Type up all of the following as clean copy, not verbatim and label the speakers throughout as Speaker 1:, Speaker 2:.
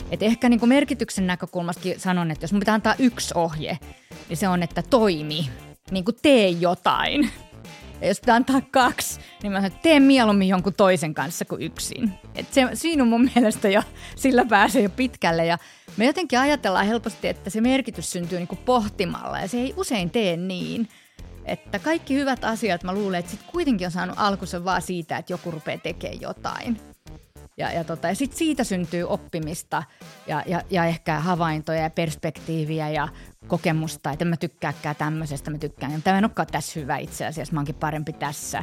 Speaker 1: Et ehkä niin kuin merkityksen näkökulmastakin sanon, että jos mun pitää antaa yksi ohje, niin se on, että toimi, niin kuin tee jotain. Ja jos pitää antaa 2, niin mä sanon, että tee mieluummin jonkun toisen kanssa kuin yksin. Et siinä on mun mielestä jo, sillä pääsee jo pitkälle. Ja me jotenkin ajatellaan helposti, että se merkitys syntyy niin kuin pohtimalla ja se ei usein tee niin. Että kaikki hyvät asiat mä luulen, että sit kuitenkin on saanut alkunsa vaan siitä, että joku rupeaa tekemään jotain. Ja sitten siitä syntyy oppimista ja ehkä havaintoja ja perspektiiviä ja kokemusta, että en mä tykkääkään tämmöisestä, mä tykkään. Tämä en olekaan tässä hyvä itse asiassa, mä oonkin parempi tässä.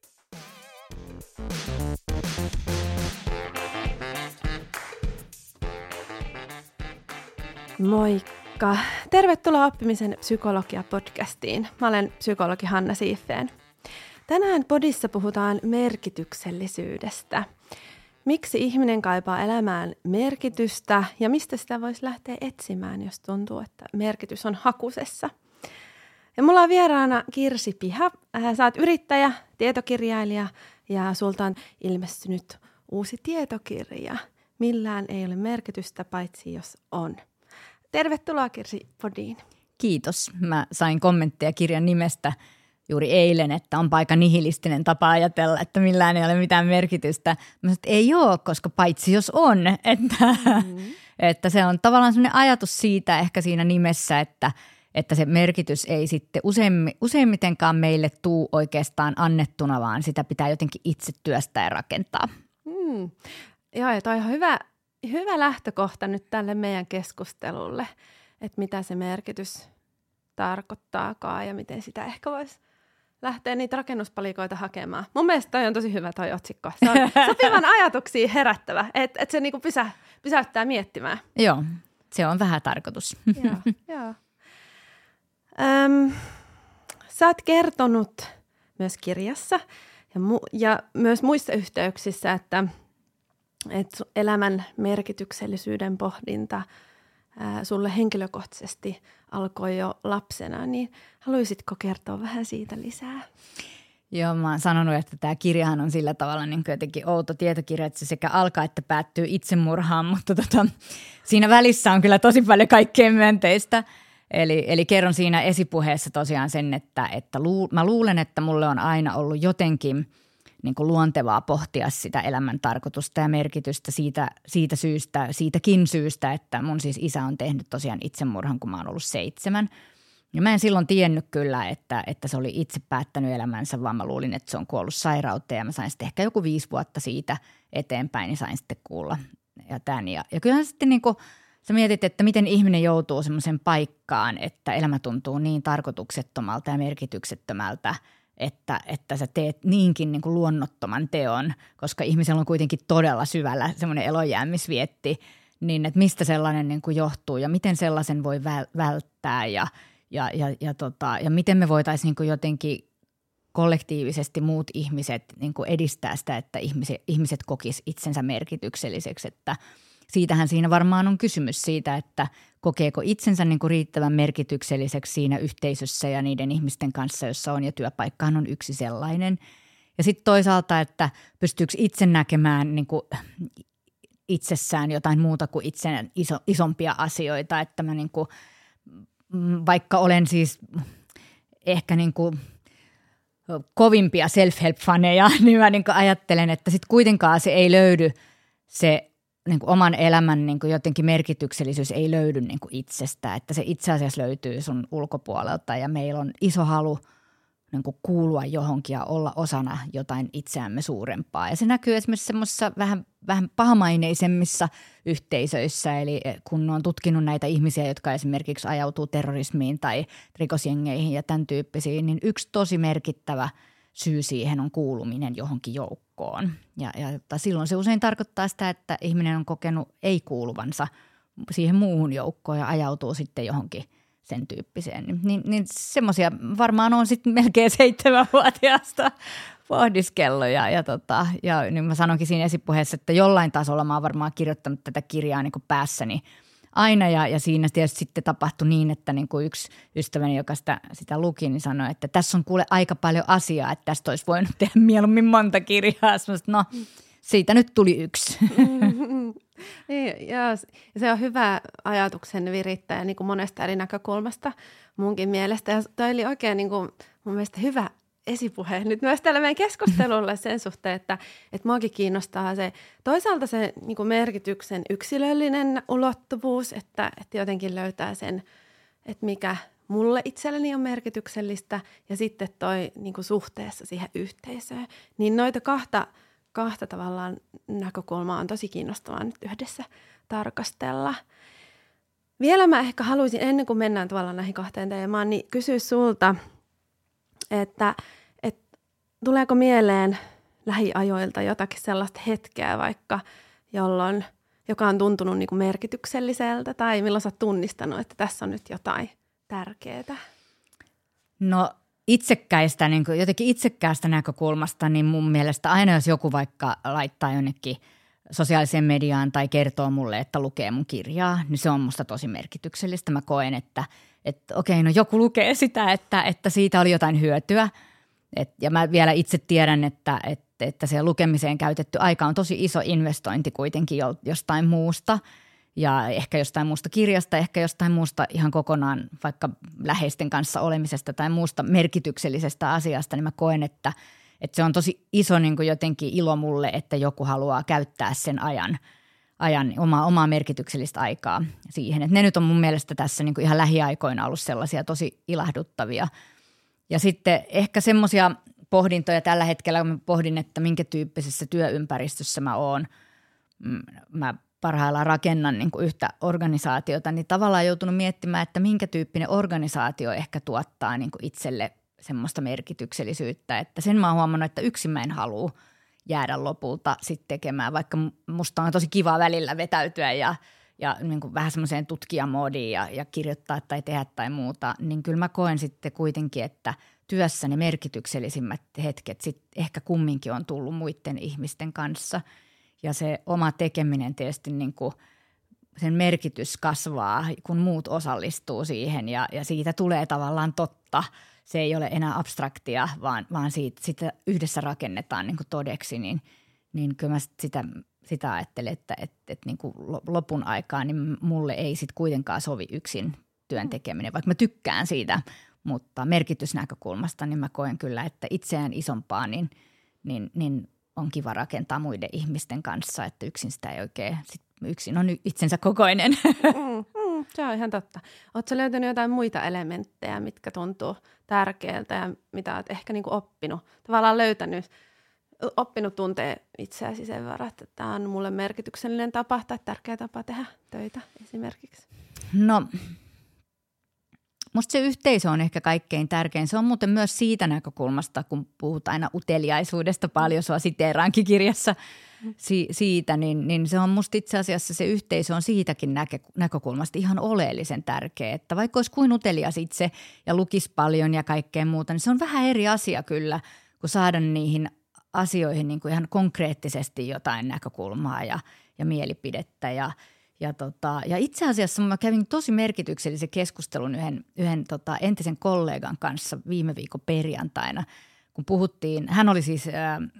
Speaker 2: Moikka! Tervetuloa Oppimisen psykologia-podcastiin. Mä olen psykologi Hanna Siiffeen. Tänään podissa puhutaan merkityksellisyydestä. Miksi ihminen kaipaa elämään merkitystä ja mistä sitä voisi lähteä etsimään, jos tuntuu, että merkitys on hakusessa? Ja mulla on vieraana Kirsi Piha. Sä oot yrittäjä, tietokirjailija ja sulta on ilmestynyt uusi tietokirja. Millään ei ole merkitystä, paitsi jos on. Tervetuloa Kirsi podiin.
Speaker 1: Kiitos. Mä sain kommentteja kirjan nimestä juuri eilen, että on aika nihilistinen tapa ajatella, että millään ei ole mitään merkitystä. Mä sanoin, että ei ole, koska paitsi jos on. Että se on tavallaan sellainen ajatus siitä ehkä siinä nimessä, että se merkitys ei sitten useimmitenkaan meille tuu oikeastaan annettuna, vaan sitä pitää jotenkin itse työstää ja rakentaa.
Speaker 2: Joo, ja toi on hyvä lähtökohta nyt tälle meidän keskustelulle, että mitä se merkitys tarkoittaakaan ja miten sitä ehkä voisi lähteä niitä rakennuspalikoita hakemaan. Mun mielestä toi on tosi hyvä toi otsikko. Se on sopivan ajatuksia herättävä, että se niinku pysäyttää miettimään.
Speaker 1: Joo, se on vähän tarkoitus.
Speaker 2: Joo. Sä oot kertonut myös kirjassa ja myös muissa yhteyksissä, että elämän merkityksellisyyden pohdinta sulle henkilökohtaisesti alkoi jo lapsena, niin haluaisitko kertoa vähän siitä lisää?
Speaker 1: Joo, mä oon sanonut, että tämä kirjahan on sillä tavalla niin kuin jotenkin outo tietokirja, että se sekä alkaa että päättyy itsemurhaan, mutta siinä välissä on kyllä tosi paljon kaikkea myönteistä. Eli kerron siinä esipuheessa tosiaan sen, että mä luulen, että mulle on aina ollut jotenkin niin kuin luontevaa pohtia sitä elämän tarkoitusta ja merkitystä siitäkin syystä, että mun siis isä on tehnyt tosiaan itsemurhan, kun mä oon ollut 7. Ja mä en silloin tiennyt kyllä, että se oli itse päättänyt elämänsä, vaan mä luulin, että se on kuollut sairauteen ja mä sain sitten ehkä joku 5 vuotta siitä eteenpäin, niin sain sitten kuulla ja tämän. Ja kyllähän sitten niin kuin sä mietit, että miten ihminen joutuu semmoiseen paikkaan, että elämä tuntuu niin tarkoituksettomalta ja merkityksettömältä, että sä teet niinkin niin kuin luonnottoman teon, koska ihmisellä on kuitenkin todella syvällä semmoinen elonjäämisvietti, niin että mistä sellainen niin kuin johtuu ja miten sellaisen voi välttää ja miten me voitaisiin niin kuin jotenkin kollektiivisesti muut ihmiset niin kuin edistää sitä, että ihmiset kokis itsensä merkitykselliseksi, että siitähän siinä varmaan on kysymys siitä, että kokeeko itsensä niin kuin riittävän merkitykselliseksi siinä yhteisössä ja niiden ihmisten kanssa, jossa on, ja työpaikkahan on yksi sellainen. Ja sitten toisaalta, että pystyykö itse näkemään niin kuin itsessään jotain muuta kuin itsen isompia asioita, että mä niin kuin, vaikka olen siis ehkä niin kuin kovimpia self-help-faneja, niin mä niin kuin ajattelen, että sitten kuitenkaan se ei löydy se niin kuin oman elämän niin kuin jotenkin merkityksellisyys ei löydy niin kuin itsestä, että se itse asiassa löytyy sun ulkopuolelta ja meillä on iso halu niin kuin kuulua johonkin ja olla osana jotain itseämme suurempaa. Ja se näkyy esimerkiksi semmoisissa vähän pahamaineisemmissa yhteisöissä, eli kun on tutkinut näitä ihmisiä, jotka esimerkiksi ajautuu terrorismiin tai rikosjengeihin ja tämän tyyppisiin, niin yksi tosi merkittävä syy siihen on kuuluminen johonkin joukkoon. Ja silloin se usein tarkoittaa sitä, että ihminen on kokenut ei-kuuluvansa siihen muuhun joukkoon ja ajautuu sitten johonkin sen tyyppiseen. Niin semmoisia varmaan on sitten melkein 7-vuotiaasta pohdiskellut. Ja niin mä sanonkin siinä esipuheessa, että jollain tasolla mä oon varmaan kirjoittanut tätä kirjaa niin kuin päässäni aina ja siinä tietysti sitten tapahtui niin, että niin kuin yksi ystäväni, joka sitä luki, niin sanoi, että tässä on kuule aika paljon asiaa, että tästä olisi voinut tehdä mieluummin monta kirjaa. No, siitä nyt tuli yksi.
Speaker 2: Niin, ja se on hyvä ajatuksen virittäjä niin kuin monesta eri näkökulmasta munkin mielestä. Ja toi oli oikein niin kuin, mun mielestä hyvä esipuhe nyt myös tällä meidän keskustelulle sen suhteen, että muakin kiinnostaa se toisaalta se niin kuin merkityksen yksilöllinen ulottuvuus, että jotenkin löytää sen, että mikä mulle itselleni on merkityksellistä ja sitten toi niin kuin suhteessa siihen yhteisöön. Niin noita kahta tavallaan näkökulmaa on tosi kiinnostavaa nyt yhdessä tarkastella. Vielä mä ehkä haluaisin, ennen kuin mennään tavallaan näihin kahteen teemaan, niin kysyä sulta, että tuleeko mieleen lähiajoilta jotakin sellaista hetkeä vaikka, joka on tuntunut niin kuin merkitykselliseltä tai milloin sä oot tunnistanut, että tässä on nyt jotain tärkeää?
Speaker 1: No jotenkin itsekkäästä näkökulmasta, niin mun mielestä aina jos joku vaikka laittaa jonnekin sosiaaliseen mediaan tai kertoo mulle, että lukee mun kirjaa, niin se on musta tosi merkityksellistä. Mä koen, että okei, no joku lukee sitä, että siitä oli jotain hyötyä. Ja mä vielä itse tiedän, että se lukemiseen käytetty aika on tosi iso investointi kuitenkin jostain muusta. Ja ehkä jostain muusta kirjasta, ehkä jostain muusta ihan kokonaan vaikka läheisten kanssa olemisesta tai muusta merkityksellisestä asiasta, niin mä koen, että se on tosi iso niin kuin jotenkin ilo mulle, että joku haluaa käyttää sen ajan omaa merkityksellistä aikaa siihen. Että ne nyt on mun mielestä tässä niin kuin ihan lähiaikoina ollut sellaisia tosi ilahduttavia. Ja sitten ehkä semmoisia pohdintoja tällä hetkellä, kun mä pohdin, että minkä tyyppisessä työympäristössä mä oon. Mä parhaillaan rakennan niin kuin yhtä organisaatiota, niin tavallaan joutunut miettimään, että minkä tyyppinen organisaatio ehkä tuottaa niin kuin itselle semmoista merkityksellisyyttä. Että sen mä oon huomannut, että yksin mä en halua jäädä lopulta sitten tekemään, vaikka musta on tosi kiva välillä vetäytyä ja niin kuin vähän semmoiseen tutkijamoodiin ja kirjoittaa tai tehdä tai muuta, niin kyllä mä koen sitten kuitenkin, että työssä ne merkityksellisimmät hetket sitten ehkä kumminkin on tullut muiden ihmisten kanssa. Ja se oma tekeminen tietysti niin kuin sen merkitys kasvaa, kun muut osallistuu siihen ja siitä tulee tavallaan totta. Se ei ole enää abstraktia, vaan sitä yhdessä rakennetaan niin kuin todeksi, niin kyllä mä sitä ajattelen, että niin kuin lopun aikaan niin mulle ei sitten kuitenkaan sovi yksin työn tekeminen, vaikka mä tykkään siitä, mutta merkitysnäkökulmasta niin mä koen kyllä, että itseään isompaa niin on kiva rakentaa muiden ihmisten kanssa, että yksin sitä ei oikein, yksin on itsensä kokoinen.
Speaker 2: Se on ihan totta. Oletko löytänyt jotain muita elementtejä, mitkä tuntuu tärkeältä ja mitä olet ehkä niin kuin oppinut? Tavallaan oppinut tuntee itseäsi sen verran, että tämä on mulle merkityksellinen tapa tai tärkeä tapa tehdä töitä esimerkiksi.
Speaker 1: No, musta se yhteisö on ehkä kaikkein tärkein. Se on muuten myös siitä näkökulmasta, kun puhutaan aina uteliaisuudesta paljon, sua siteeraankin kirjassa siitä, niin se on musta itse asiassa se yhteisö on siitäkin näkökulmasta ihan oleellisen tärkeä. Että vaikka olisi kuin utelias itse ja lukisi paljon ja kaikkea muuta, niin se on vähän eri asia kyllä, kun saada niihin asioihin niin kuin ihan konkreettisesti jotain näkökulmaa ja mielipidettä ja itse asiassa mä kävin tosi merkityksellisen keskustelun yhden entisen kollegan kanssa viime viikon perjantaina, kun puhuttiin, hän oli siis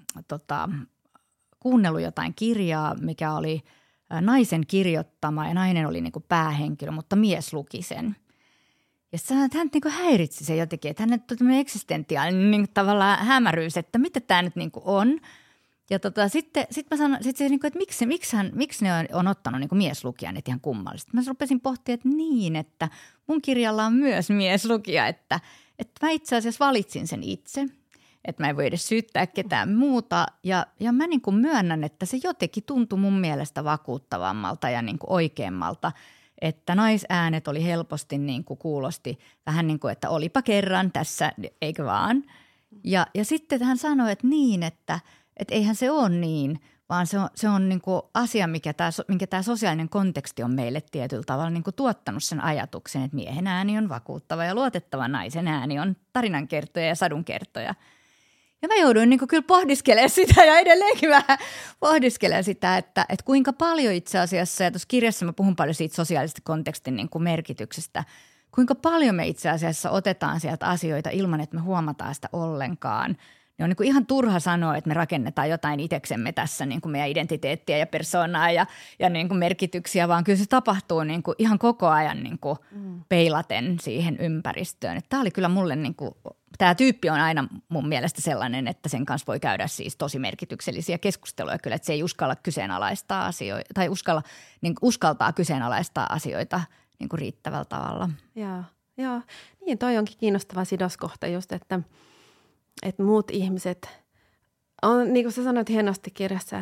Speaker 1: kuunnellut jotain kirjaa, mikä oli naisen kirjoittama ja nainen oli niin kuin päähenkilö, mutta mies luki sen. Ja hän niin kuin häiritsi se jotenkin, että hänet on tämmöinen eksistentiaalinen niin tavallaan hämäryys, että mitä tämä nyt niin kuin on. Ja sitten mä sanoin, että miksi ne on ottanut niin kuin mieslukijan, että ihan kummallista. Mä rupesin pohtimaan, että että mun kirjalla on myös mieslukija, että mä itse asiassa valitsin sen itse, että mä en voi edes syyttää ketään muuta. Ja mä niin kuin myönnän, että se jotenkin tuntui mun mielestä vakuuttavammalta ja niin kuin oikeammalta, että naisäänet oli helposti niin kuin kuulosti vähän niin kuin, että olipa kerran tässä, eikö vaan. Ja sitten hän sanoi, että eihän se ole niin, vaan se on niin kuin asia, minkä tämä sosiaalinen konteksti on meille tietyllä tavalla niin kuin tuottanut sen ajatuksen, että miehen ääni on vakuuttava ja luotettava, naisen ääni on tarinankertoja ja sadunkertoja. Ja mä jouduin niin kuin kyllä pohdiskelemaan sitä ja edelleenkin vähän pohdiskelemaan sitä, että kuinka paljon itse asiassa, ja tuossa kirjassa mä puhun paljon siitä sosiaalista kontekstin niin kuin merkityksestä, kuinka paljon me itse asiassa otetaan sieltä asioita ilman, että me huomataan sitä ollenkaan. on niin kuin ihan turha sanoa, että me rakennetaan jotain itseksemme tässä niin kuin meidän identiteettiä ja persoonaa ja niin kuin merkityksiä, vaan kyllä se tapahtuu niin kuin ihan koko ajan niin kuin peilaten siihen ympäristöön. Tämä oli kyllä mulle, niin kuin, tämä tyyppi on aina mun mielestä sellainen, että sen kanssa voi käydä siis tosi merkityksellisiä keskusteluja kyllä, että se ei uskalla kyseenalaistaa asioita tai uskaltaa kyseenalaistaa asioita niin kuin riittävällä tavalla.
Speaker 2: Joo, niin toi onkin kiinnostava sidoskohta just, että muut ihmiset, on, niin kuin sä sanoit hienosti kirjassa,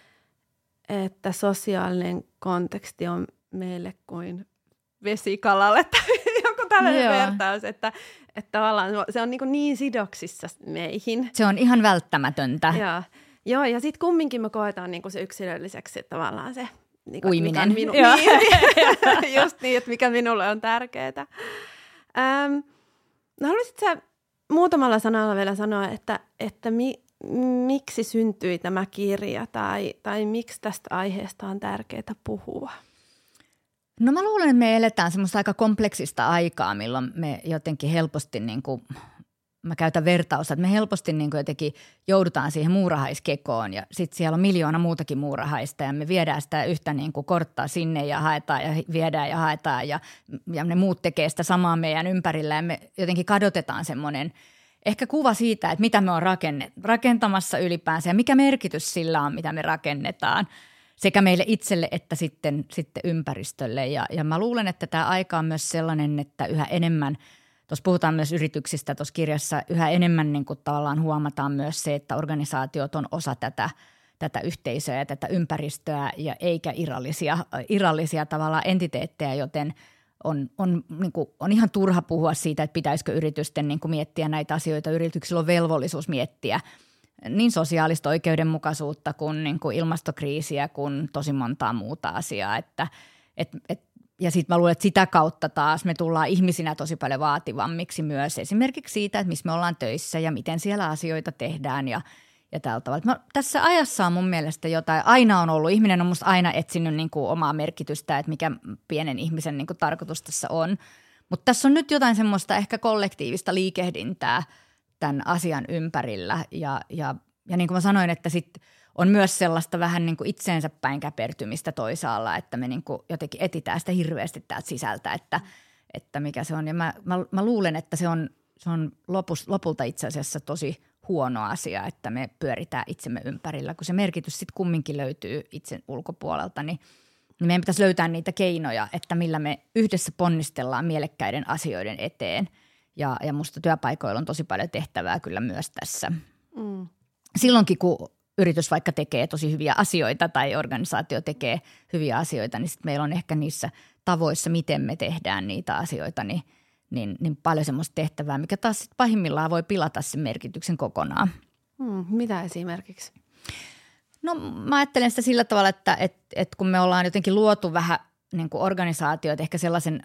Speaker 2: että sosiaalinen konteksti on meille kuin vesikalalle tai joku tällainen vertaus, että tavallaan se on niin sidoksissa meihin.
Speaker 1: Se on ihan välttämätöntä.
Speaker 2: Joo, ja sitten kumminkin me koetaan niin kuin se yksilölliseksi tavallaan se
Speaker 1: uiminen.
Speaker 2: Just niin, että mikä minulle on tärkeää. Haluaisitko sä muutamalla sanalla vielä sanoa, että miksi syntyi tämä kirja tai miksi tästä aiheesta on tärkeää puhua?
Speaker 1: No mä luulen, että me eletään semmoista aika kompleksista aikaa, milloin me jotenkin helposti, niin kuin, mä käytän vertausta, että me helposti niin kuin jotenkin joudutaan siihen muurahaiskekoon ja sitten siellä on miljoona muutakin muurahaista ja me viedään sitä yhtä niin kuin korttaa sinne ja haetaan ja viedään ja haetaan ja ne muut tekee sitä samaa meidän ympärillä ja me jotenkin kadotetaan semmoinen ehkä kuva siitä, että mitä me on rakentamassa ylipäänsä ja mikä merkitys sillä on, mitä me rakennetaan sekä meille itselle että sitten ympäristölle. Ja mä luulen, että tämä aika on myös sellainen, että yhä enemmän, tuossa puhutaan myös yrityksistä tuossa kirjassa, yhä enemmän niin kuin tavallaan huomataan myös se, että organisaatiot on osa tätä yhteisöä ja tätä ympäristöä ja eikä irrallisia tavallaan entiteettejä, joten on ihan turha puhua siitä, että pitäisikö yritysten niin kuin miettiä näitä asioita. Yrityksillä on velvollisuus miettiä niin sosiaalista oikeudenmukaisuutta kuin, niin kuin ilmastokriisiä kuin tosi montaa muuta asiaa. Ja sitten mä luulen, että sitä kautta taas me tullaan ihmisinä tosi paljon vaativammiksi myös esimerkiksi siitä, että missä me ollaan töissä ja miten siellä asioita tehdään ja tällä tavalla. Tässä ajassa on mun mielestä jotain, aina on ollut, ihminen on musta aina etsinyt niin kuin omaa merkitystä, että mikä pienen ihmisen niin kuin tarkoitus tässä on. Mutta tässä on nyt jotain semmoista ehkä kollektiivista liikehdintää tämän asian ympärillä ja niin kuin mä sanoin, että sitten on myös sellaista vähän niin kuin itseensä päin käpertymistä toisaalla, että me niin kuin jotenkin etsitään sitä hirveästi täältä sisältä, että mikä se on. Ja mä luulen, että se on lopulta itse asiassa tosi huono asia, että me pyöritään itsemme ympärillä, kun se merkitys sitten kumminkin löytyy itsen ulkopuolelta, niin meidän pitäisi löytää niitä keinoja, että millä me yhdessä ponnistellaan mielekkäiden asioiden eteen. Ja musta työpaikoilla on tosi paljon tehtävää kyllä myös tässä. Silloinkin, kun yritys vaikka tekee tosi hyviä asioita tai organisaatio tekee hyviä asioita, niin sitten meillä on ehkä niissä tavoissa, miten me tehdään niitä asioita, niin paljon semmoista tehtävää, mikä taas sit pahimmillaan voi pilata sen merkityksen kokonaan.
Speaker 2: Mitä esimerkiksi?
Speaker 1: No mä ajattelen sitä sillä tavalla, että kun me ollaan jotenkin luotu vähän niin kuin organisaatioita ehkä sellaisen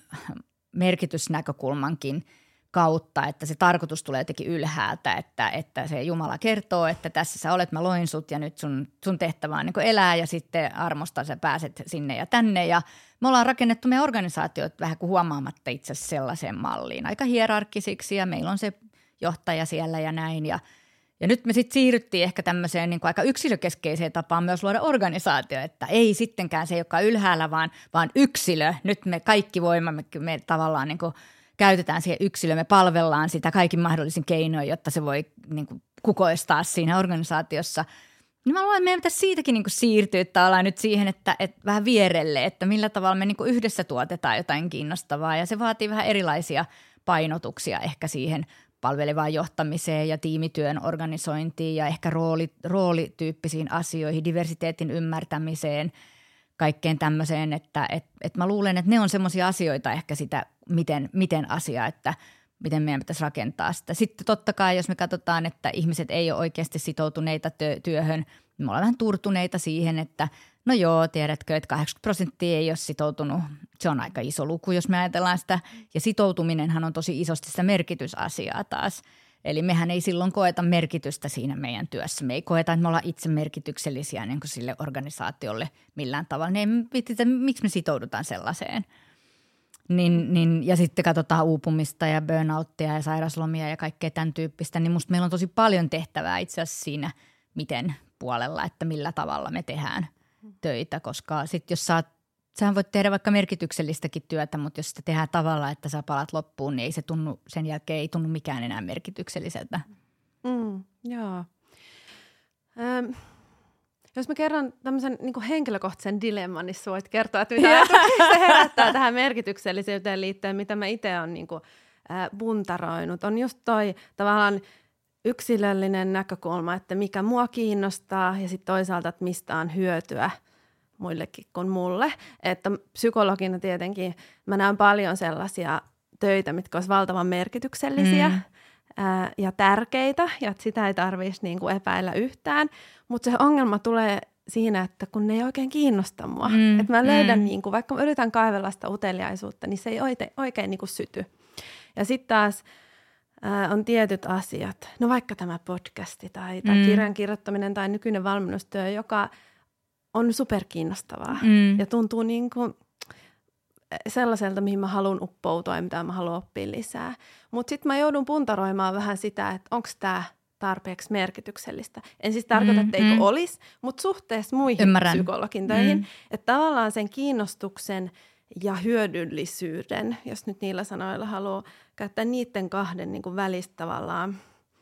Speaker 1: merkitysnäkökulmankin kautta, että se tarkoitus tulee jotenkin ylhäältä, että se Jumala kertoo, että tässä sä olet, mä loin sut ja nyt sun tehtävä on niin kuin elää ja sitten armosta sä pääset sinne ja tänne ja me ollaan rakennettu meidän organisaatiot vähän kuin huomaamatta itse asiassa sellaiseen malliin, aika hierarkkisiksi ja meillä on se johtaja siellä ja näin ja nyt me sitten siirryttiin ehkä tämmöiseen niin kuin aika yksilökeskeiseen tapaan myös luoda organisaatio, että ei sittenkään se, joka on ylhäällä, vaan yksilö. Nyt me kaikki voimamme, me tavallaan niin kuin käytetään siihen yksilöön, me palvellaan sitä kaikin mahdollisin keinoin, jotta se voi niin kuin kukoistaa siinä organisaatiossa. Niin mä luulen, että meidän pitäisi siitäkin niin kuin siirtyä tavallaan nyt siihen, että vähän vierelle, että millä tavalla me niin kuin yhdessä tuotetaan jotain kiinnostavaa ja se vaatii vähän erilaisia painotuksia ehkä siihen palvelevaan johtamiseen ja tiimityön organisointiin ja ehkä roolityyppisiin asioihin, diversiteetin ymmärtämiseen, kaikkeen tämmöiseen, että mä luulen, että ne on semmoisia asioita ehkä sitä, miten asia, että miten meidän pitäisi rakentaa sitä. Sitten totta kai, jos me katsotaan, että ihmiset ei ole oikeasti sitoutuneita työhön, niin me ollaan vähän turtuneita siihen, että no joo, tiedätkö, että 80% ei ole sitoutunut. Se on aika iso luku, jos me ajatellaan sitä. Ja sitoutuminenhan on tosi isosti sitä merkitysasiaa taas. Eli mehän ei silloin koeta merkitystä siinä meidän työssä. Me ei koeta, että me ollaan itse merkityksellisiä niin kuin sille organisaatiolle millään tavalla. Miksi me sitoudutaan sellaiseen? ja sitten katsotaan uupumista ja burnouttia ja sairaslomia ja kaikkea tämän tyyppistä, niin musta meillä on tosi paljon tehtävää itse asiassa siinä, miten puolella, että millä tavalla me tehdään töitä, koska sitten jos sähän voit tehdä vaikka merkityksellistäkin työtä, mutta jos sitä tehdään tavalla, että sä palat loppuun, niin ei se tunnu, sen jälkeen ei tunnu mikään enää merkitykselliseltä.
Speaker 2: Joo. Jos mä kerron tämmöisen niin kuin henkilökohtaisen dilemman, niin sä voit kertoa, että mitä ajatuksia se herättää tähän merkityksellisyyteen liittyen, mitä mä itse olen niin kuin, puntaroinut. On just toi tavallaan yksilöllinen näkökulma, että mikä mua kiinnostaa ja sitten toisaalta, että mistä on hyötyä muillekin kuin mulle. Että psykologina tietenkin mä näen paljon sellaisia töitä, mitkä olisi valtavan merkityksellisiä ja tärkeitä, ja sitä ei tarvitsisi niin kuin epäillä yhtään. Mutta se ongelma tulee siinä, että kun ne ei oikein kiinnosta mua. Että mä löydän, niin kuin, vaikka mä yritän kaivella sitä uteliaisuutta, niin se ei oikein niin kuin syty. Ja sitten taas on tietyt asiat, no vaikka tämä podcasti tai kirjan kirjoittaminen tai nykyinen valmennustyö, joka on superkiinnostavaa ja tuntuu niin kuin sellaiselta, mihin mä haluan uppoutua ja mitä mä haluan oppia lisää. Mutta sitten mä joudun puntaroimaan vähän sitä, että onko tämä tarpeeksi merkityksellistä. En siis tarkoita, että eikö olisi, mutta suhteessa muihin psykologin töihin. Että tavallaan sen kiinnostuksen ja hyödyllisyyden, jos nyt niillä sanoilla haluaa käyttää niiden kahden niin kuin välistä tavallaan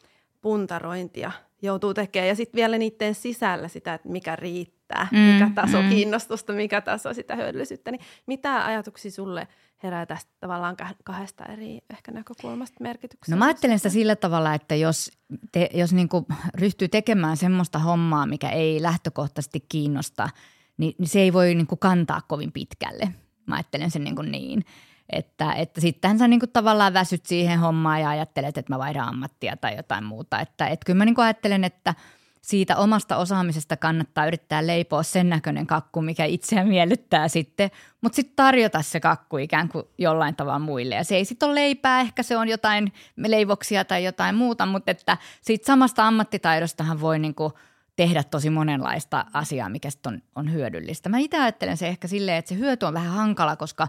Speaker 2: puntarointia joutuu tekemään. Ja sitten vielä niiden sisällä sitä, että mikä riittää, mikä taso kiinnostusta, mikä taso sitä hyödyllisyyttä. Niin mitä ajatuksia sulle herää tästä tavallaan kahdesta eri ehkä näkökulmasta merkityksestä?
Speaker 1: No mä ajattelen sitä sillä tavalla, että jos niin kuin ryhtyy tekemään semmoista hommaa, mikä ei lähtökohtaisesti kiinnosta, niin se ei voi niin kuin kantaa kovin pitkälle. Mä ajattelen sen niin. Että sittenhän sä niin kuin tavallaan väsyt siihen hommaan ja ajattelet, että mä vaihdan ammattia tai jotain muuta. Että kyllä mä niin kuin ajattelen, että siitä omasta osaamisesta kannattaa yrittää leipoa sen näköinen kakku, mikä itseä miellyttää sitten, mutta sitten tarjota se kakku ikään kuin jollain tavalla muille. Ja se ei sitten ole leipää, ehkä se on jotain leivoksia tai jotain muuta, mutta että siitä samasta ammattitaidostahan voi niin kuin tehdä tosi monenlaista asiaa, mikä sitten on hyödyllistä. Mä itse ajattelen se ehkä silleen, että se hyöty on vähän hankala, koska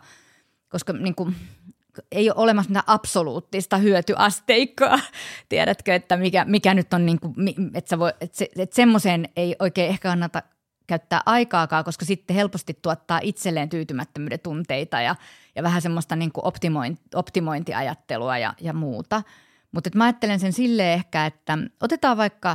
Speaker 1: niin kuin ei ole olemassa mitään absoluuttista hyötyasteikkoa. Tiedätkö, että mikä nyt on, niin kuin, että semmoiseen ei oikein ehkä kannata käyttää aikaakaan, koska sitten helposti tuottaa itselleen tyytymättömyyden tunteita ja vähän semmoista niin kuin optimointiajattelua ja muuta. Mutta mä ajattelen sen silleen ehkä, että otetaan vaikka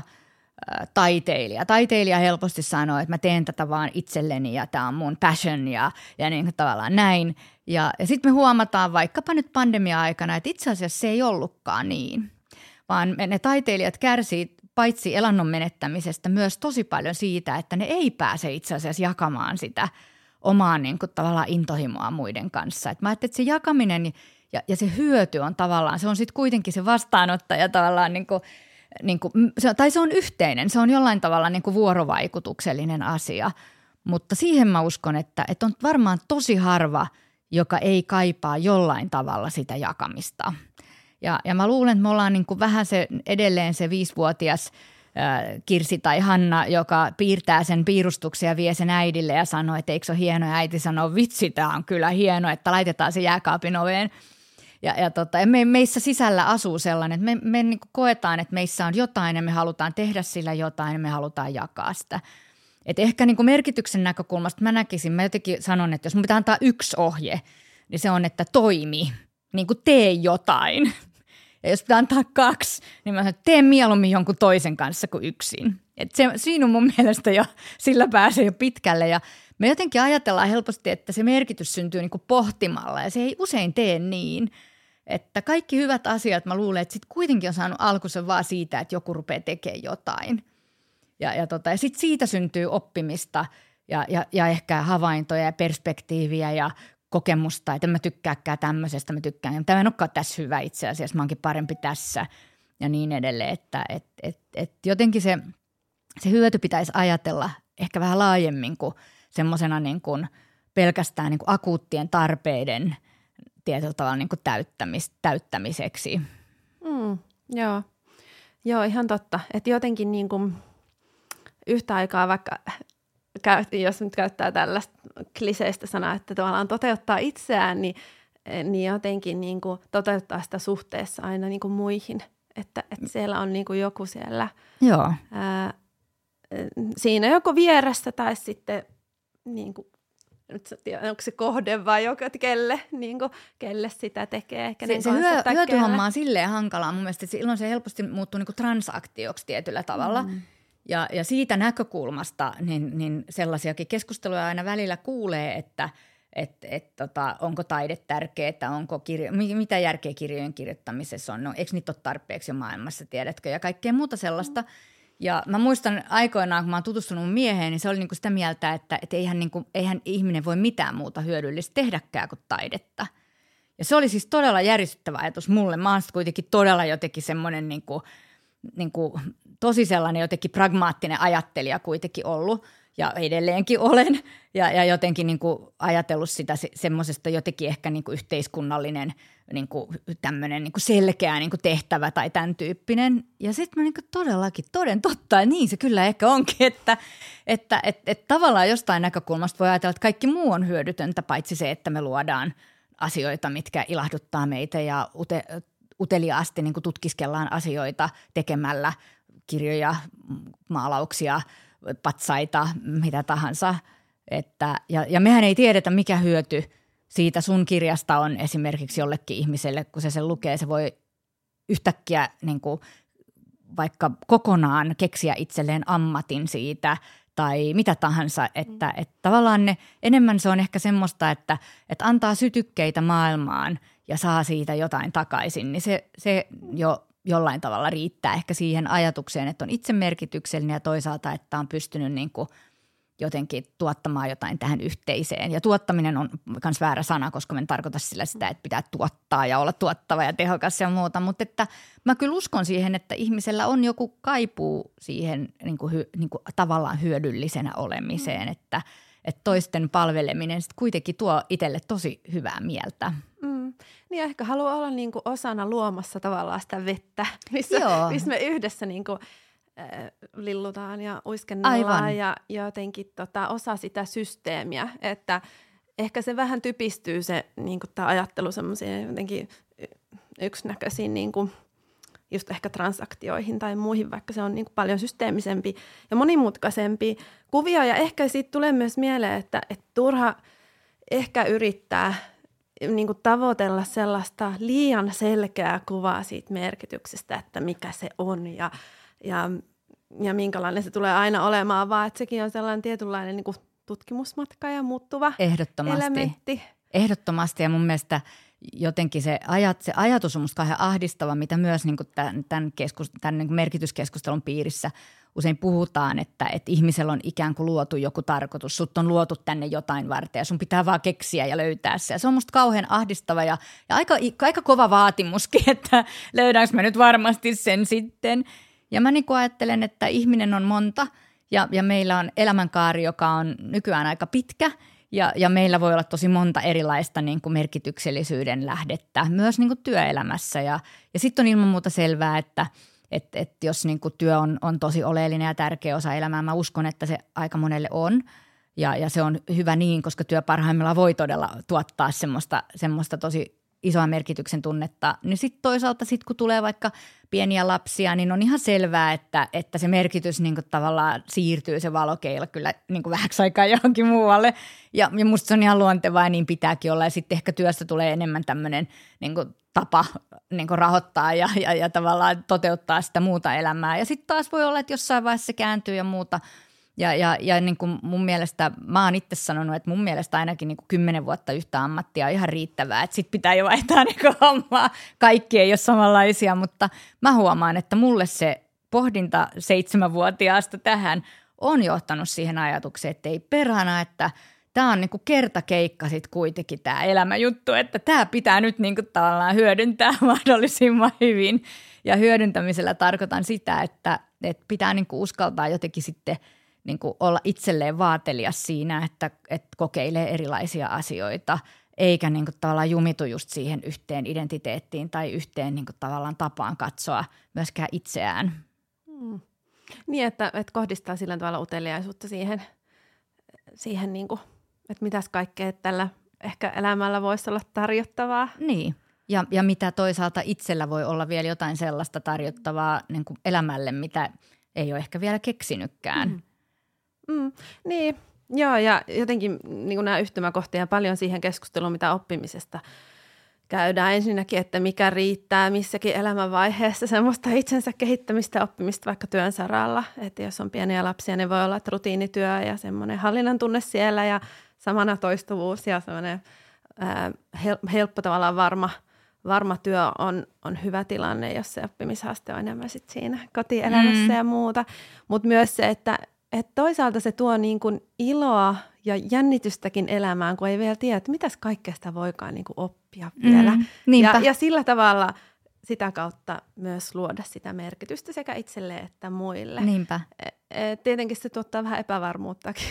Speaker 1: taiteilija. Taiteilija helposti sanoo, että mä teen tätä vaan itselleni ja tämä on mun passion ja niin kuin tavallaan näin. Ja sitten me huomataan vaikkapa nyt pandemia-aikana, että itse asiassa se ei ollutkaan niin, vaan ne taiteilijat kärsii paitsi elannon menettämisestä myös tosi paljon siitä, että ne ei pääse itse asiassa jakamaan sitä omaa niin kuin tavallaan intohimoa muiden kanssa. Et mä ajattelin, että se jakaminen ja se hyöty on tavallaan, se on sitten kuitenkin se vastaanottaja tavallaan se on yhteinen, se on jollain tavalla niin kuin vuorovaikutuksellinen asia, mutta siihen mä uskon, että on varmaan tosi harva, joka ei kaipaa jollain tavalla sitä jakamista. Ja mä luulen, että me ollaan niin kuin vähän edelleen se 5-vuotias Kirsi tai Hanna, joka piirtää sen piirustuksen ja vie sen äidille ja sanoo, että eikö se ole hieno, ja äiti sanoo, vitsi, tämä on kyllä hieno, että laitetaan se jääkaapin oveen. Ja meissä sisällä asuu sellainen, että me niin kuin koetaan, että meissä on jotain ja me halutaan tehdä sillä jotain ja me halutaan jakaa sitä. Et ehkä niin kuin merkityksen näkökulmasta mä jotenkin sanon, että jos mun pitää antaa yksi ohje, niin se on, että toimi, niin kuin tee jotain. Ja jos pitää antaa 2, niin mä sanon, että tee mieluummin jonkun toisen kanssa kuin yksin. Et siinä on mun mielestä jo, sillä pääsee jo pitkälle ja me jotenkin ajatellaan helposti, että se merkitys syntyy niin kuin pohtimalla ja se ei usein tee niin. Että kaikki hyvät asiat, mä luulen, että sitten kuitenkin on saanut alkunsa vaan siitä, että joku rupeaa tekemään jotain. Ja sitten siitä syntyy oppimista ja ehkä havaintoja ja perspektiiviä ja kokemusta, että en mä tykkääkään tämmöisestä, mä tykkään. Tämä en olekaan tässä hyvä itse asiassa, mä oonkin parempi tässä ja niin edelleen. Että jotenkin se hyöty pitäisi ajatella ehkä vähän laajemmin kuin semmoisena niin kuin pelkästään niin kuin akuuttien tarpeiden tietyllä tavalla niin kuin täyttämiseksi.
Speaker 2: Joo, ihan totta. Että jotenkin niin kuin yhtä aikaa vaikka, jos nyt käyttää tällaista kliseistä sanaa, että tavallaan toteuttaa itseään, niin niin jotenkin niin kuin toteuttaa sitä suhteessa aina niin kuin muihin. Että siellä on niin kuin joku siellä
Speaker 1: Joo.
Speaker 2: Siinä joko vieressä tai sitten, niin kuin, nyt tiedä, onko se kohde vai kelle sitä tekee.
Speaker 1: Se hyötyhomma on silleen hankalaa mun mielestä, että silloin se helposti muuttuu niin kuin transaktioksi tietyllä tavalla. Ja siitä näkökulmasta niin sellaisiakin keskusteluja aina välillä kuulee, että onko taide tärkeää, että mitä järkeä kirjojen kirjoittamisessa on. No, eikö niitä ole tarpeeksi jo maailmassa, tiedätkö, ja kaikkea muuta sellaista. Ja mä muistan aikoinaan, kun mä oon tutustunut mun mieheen, niin se oli niinku sitä mieltä, että eihän ihminen voi mitään muuta hyödyllistä tehdäkään kuin taidetta. Ja se oli siis todella järisyttävä ajatus mulle. Mä oon kuitenkin todella jotenkin semmoinen tosi sellainen jotenkin pragmaattinen ajattelija kuitenkin ollut. Ja edelleenkin olen ja jotenkin niin kuin ajatellut sitä semmoisesta jotenkin ehkä niin kuin yhteiskunnallinen niin kuin tämmöinen niin kuin selkeä niin kuin tehtävä tai tämän tyyppinen. Ja sitten mä niin kuin todellakin toden totta, että niin se kyllä ehkä onkin, että tavallaan jostain näkökulmasta voi ajatella, että kaikki muu on hyödytöntä, paitsi se, että me luodaan asioita, mitkä ilahduttaa meitä ja uteliaasti niin kuin tutkiskellaan asioita tekemällä kirjoja, maalauksia, patsaita, mitä tahansa. Ja mehän ei tiedetä, mikä hyöty siitä sun kirjasta on esimerkiksi jollekin ihmiselle, kun se sen lukee. Se voi yhtäkkiä niin kuin vaikka kokonaan keksiä itselleen ammatin siitä tai mitä tahansa. Että tavallaan enemmän se on ehkä semmoista, että antaa sytykkeitä maailmaan ja saa siitä jotain takaisin, niin se jo jollain tavalla riittää ehkä siihen ajatukseen, että on itsemerkityksellinen ja toisaalta, että on pystynyt niin kuin jotenkin tuottamaan jotain tähän yhteiseen. Ja tuottaminen on myös väärä sana, koska mä en tarkoita sillä sitä, että pitää tuottaa ja olla tuottava ja tehokas ja muuta. Mutta että mä kyllä uskon siihen, että ihmisellä on joku kaipuu siihen niin kuin tavallaan hyödyllisenä olemiseen, että toisten palveleminen sitten kuitenkin tuo itselle tosi hyvää mieltä.
Speaker 2: Niin ehkä haluaa olla niin kuin osana luomassa tavallaan sitä vettä, missä me yhdessä niin kuin, lillutaan ja uiskennellaan ja jotenkin osa sitä systeemiä, että ehkä se vähän typistyy se niin kuin tämä ajattelu semmoisiin jotenkin yksinäköisiin niin kuin just ehkä transaktioihin tai muihin, vaikka se on niin kuin paljon systeemisempi ja monimutkaisempi kuvio ja ehkä siitä tulee myös mieleen, että turha ehkä yrittää niin kuin tavoitella sellaista liian selkeää kuvaa siitä merkityksestä, että mikä se on ja minkälainen se tulee aina olemaan, vaan että sekin on sellainen tietynlainen niin kuin tutkimusmatka ja muuttuva elementti.
Speaker 1: Ehdottomasti ja mun mielestä jotenkin se ajatus on musta kauhean ahdistava, mitä myös niin kuin tämän niin kuin merkityskeskustelun piirissä usein puhutaan, että ihmisellä on ikään kuin luotu joku tarkoitus. Sut on luotu tänne jotain varten ja sun pitää vaan keksiä ja löytää se. Ja se on musta kauhean ahdistava ja aika kova vaatimuskin, että löydäänkö mä nyt varmasti sen sitten. Ja mä niin kuin ajattelen, että ihminen on monta ja meillä on elämänkaari, joka on nykyään aika pitkä. Ja meillä voi olla tosi monta erilaista niin kuin merkityksellisyyden lähdettä myös niin kuin työelämässä. Ja sitten on ilman muuta selvää, että jos niin kuin työ on tosi oleellinen ja tärkeä osa elämää, mä uskon, että se aika monelle on. Ja se on hyvä niin, koska työ parhaimmillaan voi todella tuottaa semmoista tosi isoa merkityksen tunnetta. Niin sitten toisaalta kun tulee vaikka pieniä lapsia, niin on ihan selvää, että se merkitys niin kuin tavallaan siirtyy se valokeila kyllä niin kuin vähäksi aikaa johonkin muualle. Ja musta se on ihan luontevaa ja niin pitääkin olla. Ja sitten ehkä työstä tulee enemmän tämmöinen niin kuin tapa niin kuin rahoittaa ja tavallaan toteuttaa sitä muuta elämää. Ja sitten taas voi olla, että jossain vaiheessa se kääntyy ja muuta. Ja niin kuin mun mielestä, mä oon itse sanonut, että mun mielestä ainakin niin kuin 10 vuotta yhtä ammattia on ihan riittävää. Että sit pitää jo vaihtaa niin kuin hommaa. Kaikki ei ole samanlaisia, mutta mä huomaan, että mulle se pohdinta 7-vuotiaasta tähän on johtanut siihen ajatukseen, että ei perhana, että tämä on niin kuin kertakeikka sitten kuitenkin tämä elämäjuttu, että tämä pitää nyt niin kuin tavallaan hyödyntää mahdollisimman hyvin. Ja hyödyntämisellä tarkoitan sitä, että pitää niin kuin uskaltaa jotenkin sitten niin kuin olla itselleen vaatelias siinä, että kokeilee erilaisia asioita, eikä niin kuin tavallaan jumitu just siihen yhteen identiteettiin tai yhteen niin kuin tavallaan tapaan katsoa myöskään itseään.
Speaker 2: Niin, että kohdistaa sillä tavalla uteliaisuutta siihen niin kuin, että mitäs kaikkea tällä ehkä elämällä voisi olla tarjottavaa.
Speaker 1: Niin, ja mitä toisaalta itsellä voi olla vielä jotain sellaista tarjottavaa niin kuin elämälle, mitä ei ole ehkä vielä keksinytkään.
Speaker 2: Niin, joo, ja jotenkin niin kuin nämä yhtymäkohtia paljon siihen keskusteluun, mitä oppimisesta käydään. Ensinnäkin, että mikä riittää missäkin elämänvaiheessa semmoista itsensä kehittämistä ja oppimista vaikka työn saralla. Että jos on pieniä lapsia, niin voi olla, että rutiinityö ja semmoinen hallinnan tunne siellä ja samana toistuvuus ja semmoinen helppo tavallaan varma työ on hyvä tilanne, jos se oppimishaaste on enemmän sit siinä kotielämässä ja muuta. Mutta myös se, että toisaalta se tuo niin kuin iloa ja jännitystäkin elämään, kun ei vielä tiedä, että mitäs kaikkea sitä voikaan niin kuin oppia vielä. Ja sillä tavalla sitä kautta myös luoda sitä merkitystä sekä itselle että muille.
Speaker 1: Niinpä.
Speaker 2: Tietenkin se tuottaa vähän epävarmuuttakin.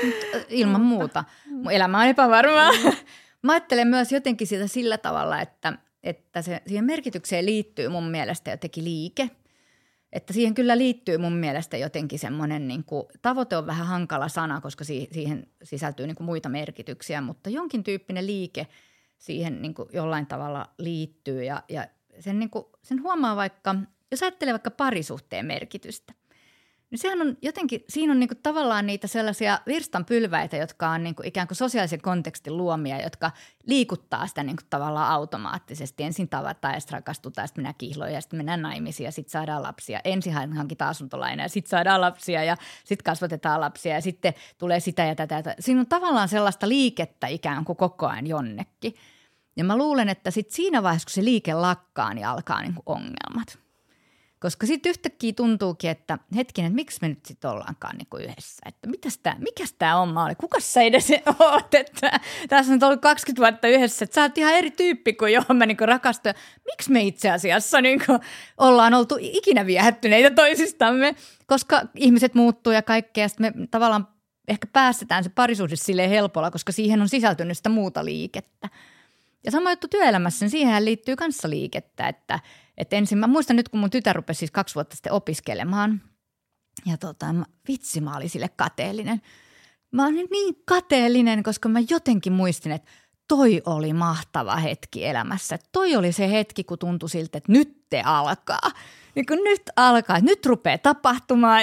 Speaker 1: Ilman muuta. Mun elämä on epävarmaa. Mä ajattelen myös jotenkin sitä sillä tavalla, että siihen merkitykseen liittyy mun mielestä jotenkin liike. Että siihen kyllä liittyy mun mielestä jotenkin semmoinen, niin kuin, tavoite on vähän hankala sana, koska siihen sisältyy niin kuin muita merkityksiä, mutta jonkin tyyppinen liike siihen niin kuin jollain tavalla liittyy ja sen, niin kuin, sen huomaa vaikka, jos ajattelee vaikka parisuhteen merkitystä, niin sehän on jotenkin, siinä on niin kuin tavallaan niitä sellaisia virstanpylväitä, jotka on niin kuin ikään kuin sosiaalisen kontekstin luomia, jotka liikuttaa sitä niin kuin tavallaan automaattisesti. Ensin tavataan ja sitten rakastutaan, sitten mennään kihloihin ja sitten mennään naimisiin ja sitten saadaan lapsia. Ensin hankitaan asuntolaina ja sitten saadaan lapsia ja sitten kasvatetaan lapsia ja sitten tulee sitä ja tätä. Siinä on tavallaan sellaista liikettä ikään kuin koko ajan jonnekin. Ja mä luulen, että sitten siinä vaiheessa, kun se liike lakkaa, niin alkaa niin kuin ongelmat. Koska sitten yhtäkkiä tuntuukin, että hetkinen, että miksi me nyt sitten ollaankaan niinku yhdessä, että mikäs tämä on, kukas sä edes oot, että tässä on ollut 20 vuotta yhdessä, että sä oot ihan eri tyyppi kuin johon mä niinku rakastun. Miksi me itse asiassa niinku ollaan oltu ikinä viehättyneitä toisistamme, koska ihmiset muuttuu ja kaikkea, ja sitten me tavallaan ehkä päästetään se parisuhde silleen helpolla, koska siihen on sisältynyt sitä muuta liikettä. Ja sama juttu työelämässä, niin siihen liittyy kanssa liikettä, että ensin, mä muistan nyt, kun mun tytär rupesi siis 2 vuotta sitten opiskelemaan ja vitsi, mä olin sille kateellinen. Mä olin niin kateellinen, koska mä jotenkin muistin, että toi oli mahtava hetki elämässä. Toi oli se hetki, kun tuntui siltä, että nyt te alkaa. Niin kun nyt alkaa, että nyt rupeaa tapahtumaan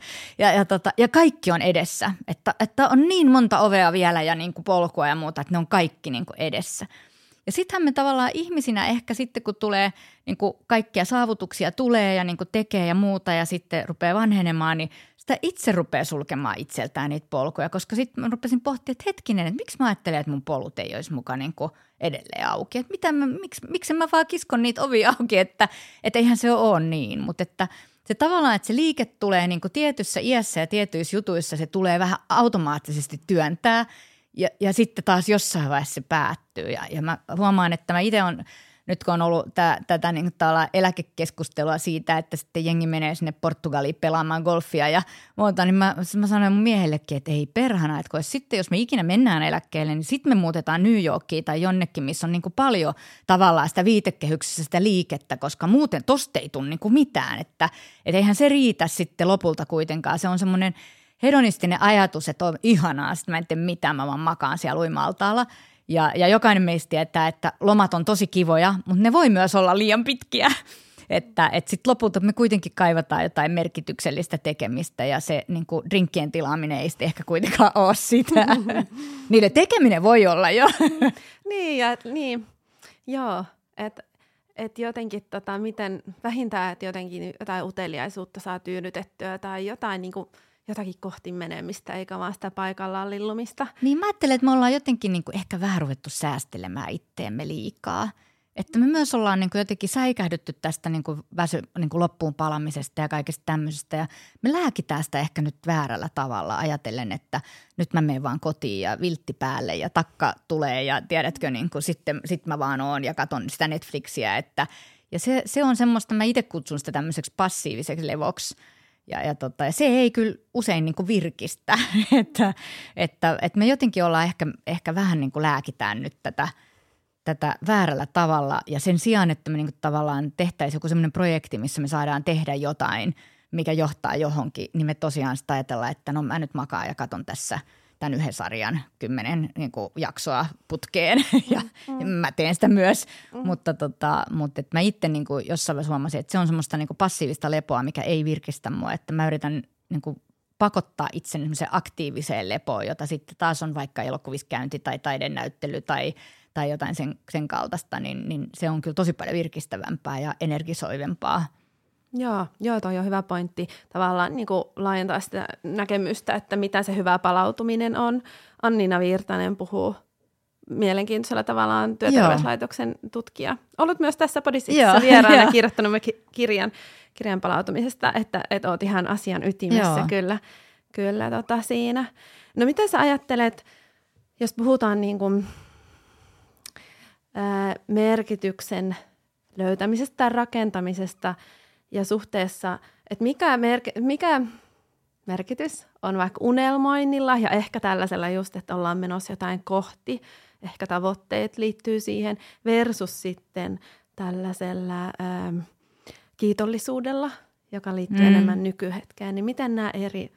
Speaker 1: ja kaikki on edessä. Että on niin monta ovea vielä ja niin kuin polkua ja muuta, että ne on kaikki niin kuin edessä. Ja sittenhän me tavallaan ihmisinä ehkä sitten, kun tulee niin kuin kaikkia saavutuksia tulee ja niin kuin tekee ja muuta ja sitten rupeaa vanhenemaan, niin sitä itse rupeaa sulkemaan itseltään niitä polkuja. Koska sitten mä rupesin pohtimaan, että hetkinen, että miksi mä ajattelen, että mun polut ei olisi mukaan niin kuin edelleen auki. Että miksi mä vaan kiskon niitä ovia auki, että eihän se ole niin. Mutta että se tavallaan, että se liike tulee niin kuin tietyssä iässä ja tietyissä jutuissa, se tulee vähän automaattisesti työntää. Ja sitten taas jossain vaiheessa se päättyy ja mä huomaan, että mä itse on, nyt kun on ollut tätä niin eläkekeskustelua siitä, että sitten jengi menee sinne Portugaliin pelaamaan golfia ja muuta, niin mä sanoin mun miehellekin, että ei perhana, että sitten jos me ikinä mennään eläkkeelle, niin sitten me muutetaan New Yorkiin tai jonnekin, missä on niin kuin paljon tavallaan sitä viitekehyksessä sitä liikettä, koska muuten tosta ei tule niin kuin mitään, että eihän se riitä sitten lopulta kuitenkaan, se on semmoinen hedonistinen ajatus, että on ihanaa, sitten mä en tee mitään, mä vaan makaan siellä uima-altaalla. Ja jokainen meistä tietää, että lomat on tosi kivoja, mutta ne voi myös olla liian pitkiä. Että sitten lopulta me kuitenkin kaivataan jotain merkityksellistä tekemistä ja se niin kuin drinkkien tilaaminen ei sitten ehkä kuitenkaan ole sitä. Niiden tekeminen voi olla jo.
Speaker 2: Niin, joo. Että jotenkin miten vähintään, että jotenkin jotain uteliaisuutta saa tyydytettyä tai jotain niin kuin jotakin kohti menemistä, eikä vaan sitä paikallaan lillumista.
Speaker 1: Niin mä ajattelen, että me ollaan jotenkin niin kuin ehkä vähän ruvettu säästelemään itteemme liikaa. Että me myös ollaan niin kuin jotenkin säikähdytty tästä niin kuin niin kuin loppuun palamisesta ja kaikesta tämmöisestä. Ja me lääkitään sitä ehkä nyt väärällä tavalla ajatellen, että nyt mä menen vaan kotiin ja viltti päälle ja takka tulee ja tiedätkö, niin kuin sitten mä vaan oon ja katon sitä Netflixiä. Ja se on semmoista, mä itse kutsun sitä tämmöiseksi passiiviseksi levoksi. Ja se ei kyllä usein niin kuin virkistä, että me jotenkin ollaan ehkä vähän niin kuin lääkitään nyt tätä väärällä tavalla ja sen sijaan, että me niin kuin tavallaan tehtäisiin joku semmoinen projekti, missä me saadaan tehdä jotain, mikä johtaa johonkin, niin me tosiaan sitä ajatellaan, että no mä nyt makaan ja katon tässä tämän yhden sarjan 10 niin kuin jaksoa putkeen ja mä teen sitä myös, mutta et mä itse niin kuin jossain vaiheessa huomasin, että se on semmoista niin kuin passiivista lepoa, mikä ei virkistä mua, että mä yritän niin kuin pakottaa itseni semmoiseen aktiiviseen lepoon, jota sitten taas on vaikka elokuviskäynti tai taidenäyttely tai jotain sen kaltaista, niin se on kyllä tosi paljon virkistävämpää ja energisoivempaa.
Speaker 2: Joo, toi on hyvä pointti. Tavallaan niin kuin laajentaa sitä näkemystä, että mitä se hyvä palautuminen on. Anniina Virtanen puhuu mielenkiintoisella tavallaan Työterveyslaitoksen tutkija. Ollut myös tässä podissa vieraana, kirjoittanut kirjan palautumisesta, että oot ihan asian ytimessä kyllä siinä. No mitä sä ajattelet, jos puhutaan niin kuin, merkityksen löytämisestä tai rakentamisesta ja suhteessa, että mikä merkitys on vaikka unelmoinnilla ja ehkä tällaisella just, että ollaan menossa jotain kohti, ehkä tavoitteet liittyy siihen versus sitten tällaisella kiitollisuudella, joka liittyy enemmän nykyhetkeen, niin miten nämä eri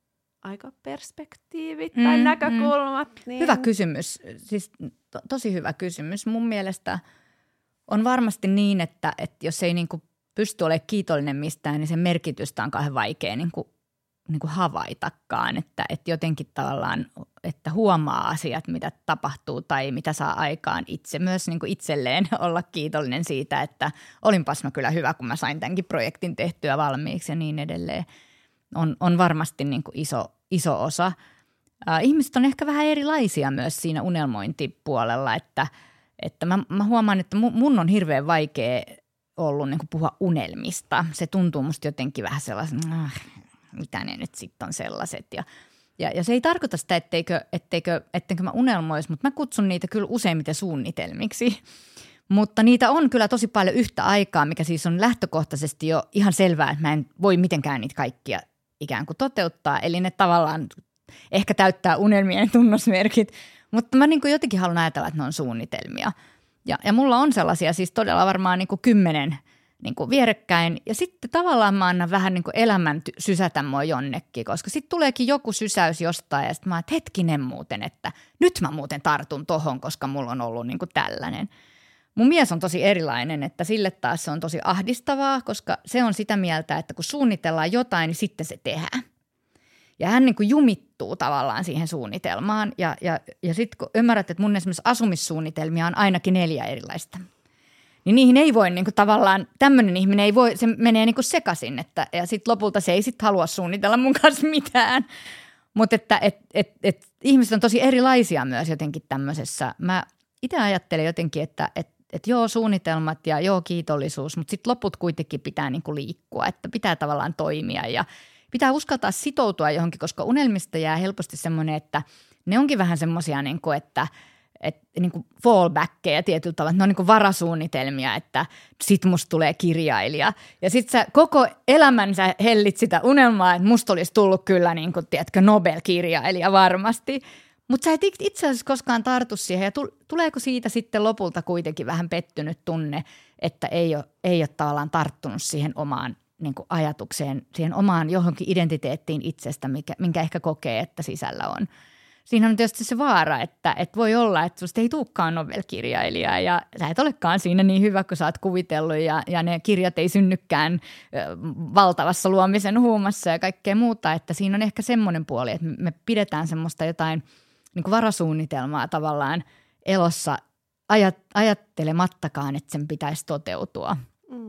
Speaker 2: aikaperspektiivit tai näkökulmat? Niin...
Speaker 1: Hyvä kysymys, siis tosi hyvä kysymys. Mun mielestä on varmasti niin, että jos ei niinku pysty olemaan kiitollinen mistään, niin sen merkitystä on kauhean vaikea niin kuin havaitakaan, että jotenkin tavallaan, että huomaa asiat, mitä tapahtuu tai mitä saa aikaan itse, myös niin kuin itselleen olla kiitollinen siitä, että olinpas mä kyllä hyvä, kun mä sain tämänkin projektin tehtyä valmiiksi ja niin edelleen, on varmasti niin kuin iso osa. Ihmiset on ehkä vähän erilaisia myös siinä unelmointipuolella, että mä huomaan, että mun on hirveän vaikea ollut niin kuin puhua unelmista. Se tuntuu musta jotenkin vähän sellaisen, mitä ne nyt sitten on sellaiset. Ja se ei tarkoita sitä, etteikö mä unelmoisi, mutta mä kutsun niitä kyllä useimmiten suunnitelmiksi. Mutta niitä on kyllä tosi paljon yhtä aikaa, mikä siis on lähtökohtaisesti jo ihan selvää, että mä en voi mitenkään niitä kaikkia ikään kuin toteuttaa. Eli ne tavallaan ehkä täyttää unelmien tunnusmerkit, mutta mä niin kuin jotenkin haluan ajatella, että ne on suunnitelmia. Ja mulla on sellaisia siis todella varmaan niin kuin 10 niin kuin vierekkäin. Ja sitten tavallaan mä annan vähän niin kuin elämän sysätä mua jonnekin, koska sitten tuleekin joku sysäys jostain ja sitten mä että hetkinen muuten, että nyt mä muuten tartun tohon, koska mulla on ollut niin kuin tällainen. Mun mies on tosi erilainen, että sille taas se on tosi ahdistavaa, koska se on sitä mieltä, että kun suunnitellaan jotain, niin sitten se tehdään. Ja hän niin kuin jumittuu tavallaan siihen suunnitelmaan ja sitten kun ymmärrät, että mun esimerkiksi asumissuunnitelmia on ainakin 4 erilaista, niin niihin ei voi niin kuin tavallaan, tämmöinen ihminen ei voi, se menee niin kuin sekaisin, ja sitten lopulta se ei sitten halua suunnitella mun kanssa mitään. Mutta että ihmiset on tosi erilaisia myös jotenkin tämmöisessä. Mä itse ajattelen jotenkin, että joo suunnitelmat ja joo kiitollisuus, mutta sitten loput kuitenkin pitää niin kuin liikkua, että pitää tavallaan toimia ja pitää uskaltaa sitoutua johonkin, koska unelmista jää helposti semmoinen, että ne onkin vähän semmoisia, niin kuin, että niin kuin fallbackkejä tietyllä tavalla, että ne on niin kuin varasuunnitelmia, että sit musta tulee kirjailija. Ja sit sä koko elämän sä hellit sitä unelmaa, että musta olisi tullut kyllä niin kuin, tiedätkö, Nobel-kirjailija varmasti. Mutta sä et itse asiassa koskaan tartu siihen ja tuleeko siitä sitten lopulta kuitenkin vähän pettynyt tunne, että ei ole tavallaan tarttunut siihen omaan niin kuin ajatukseen, siihen omaan johonkin identiteettiin itsestä, minkä ehkä kokee, että sisällä on. Siinä on tietysti se vaara, että voi olla, että susta ei tulekaan Nobel-kirjailijaa ja sä et olekaan siinä niin hyvä, kun sä oot kuvitellut ja ne kirjat ei synnykään valtavassa luomisen huumassa ja kaikkea muuta, että siinä on ehkä semmoinen puoli, että me pidetään semmoista jotain niin kuin varasuunnitelmaa tavallaan elossa ajattelemattakaan, että sen pitäisi toteutua.